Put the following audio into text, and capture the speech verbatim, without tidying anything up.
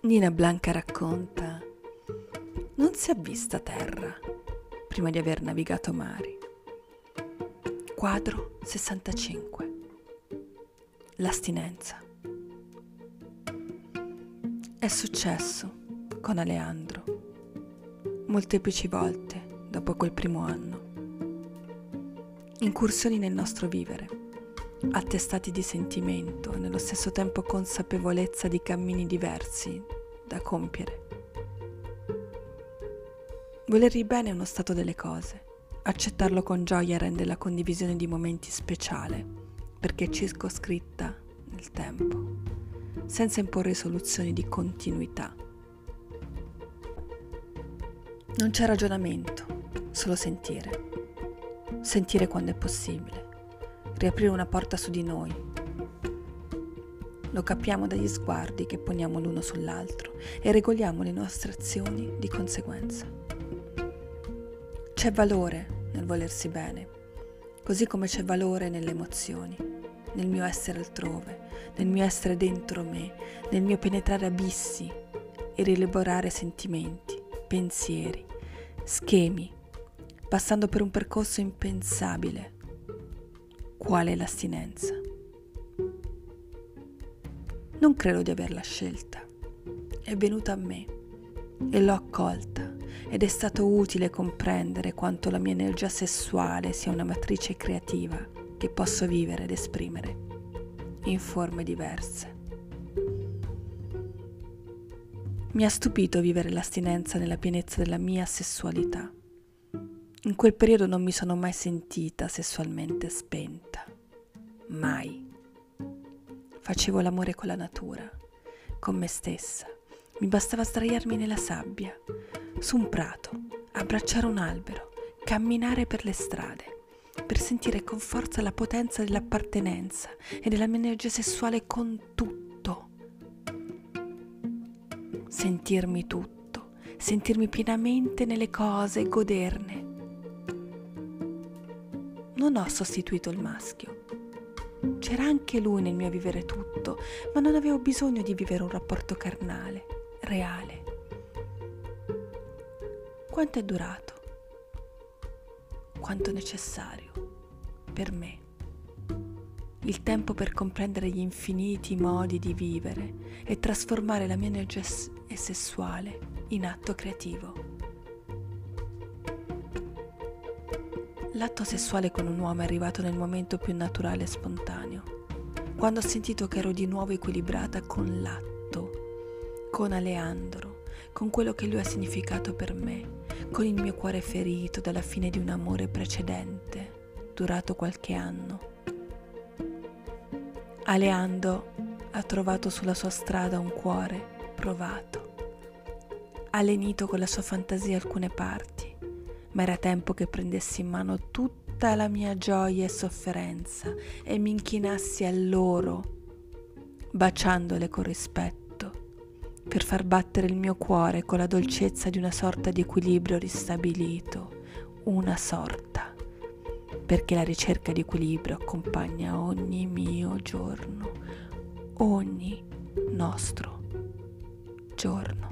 Nina Blanca racconta: non si è vista terra prima di aver navigato mari. Quadro sessantacinque. L'astinenza. È successo con Aleandro molteplici volte dopo quel primo anno. Incursioni nel nostro vivere, attestati di sentimento e nello stesso tempo consapevolezza di cammini diversi da compiere. Volergli bene è uno stato delle cose, accettarlo con gioia rende la condivisione di momenti speciale, perché è circoscritta nel tempo, senza imporre soluzioni di continuità. Non c'è ragionamento, solo sentire. Sentire quando è possibile. Riaprire una porta su di noi. Lo capiamo dagli sguardi che poniamo l'uno sull'altro e regoliamo le nostre azioni di conseguenza. C'è valore nel volersi bene, così come c'è valore nelle emozioni, nel mio essere altrove, nel mio essere dentro me, nel mio penetrare abissi e rielaborare sentimenti, pensieri, schemi, passando per un percorso impensabile. Qual è l'astinenza? Non credo di averla scelta. È venuta a me e l'ho accolta ed è stato utile comprendere quanto la mia energia sessuale sia una matrice creativa che posso vivere ed esprimere in forme diverse. Mi ha stupito vivere l'astinenza nella pienezza della mia sessualità. In quel periodo non mi sono mai sentita sessualmente spenta. Mai. Facevo l'amore con la natura, con me stessa. Mi bastava sdraiarmi nella sabbia, su un prato, abbracciare un albero, camminare per le strade, per sentire con forza la potenza dell'appartenenza e della mia energia sessuale con tutto. Sentirmi tutto, sentirmi pienamente nelle cose e goderne. Non ho sostituito il maschio. C'era anche lui nel mio vivere tutto, ma non avevo bisogno di vivere un rapporto carnale, reale. Quanto è durato? Quanto necessario per me. Il tempo per comprendere gli infiniti modi di vivere e trasformare la mia energia sessuale in atto creativo. L'atto sessuale con un uomo è arrivato nel momento più naturale e spontaneo, quando ho sentito che ero di nuovo equilibrata con l'atto, con Aleandro, con quello che lui ha significato per me, con il mio cuore ferito dalla fine di un amore precedente, durato qualche anno. Aleandro ha trovato sulla sua strada un cuore provato, ha lenito con la sua fantasia alcune parti, ma era tempo che prendessi in mano tutta la mia gioia e sofferenza e mi inchinassi a loro, baciandole con rispetto, per far battere il mio cuore con la dolcezza di una sorta di equilibrio ristabilito, una sorta, perché la ricerca di equilibrio accompagna ogni mio giorno, ogni nostro giorno.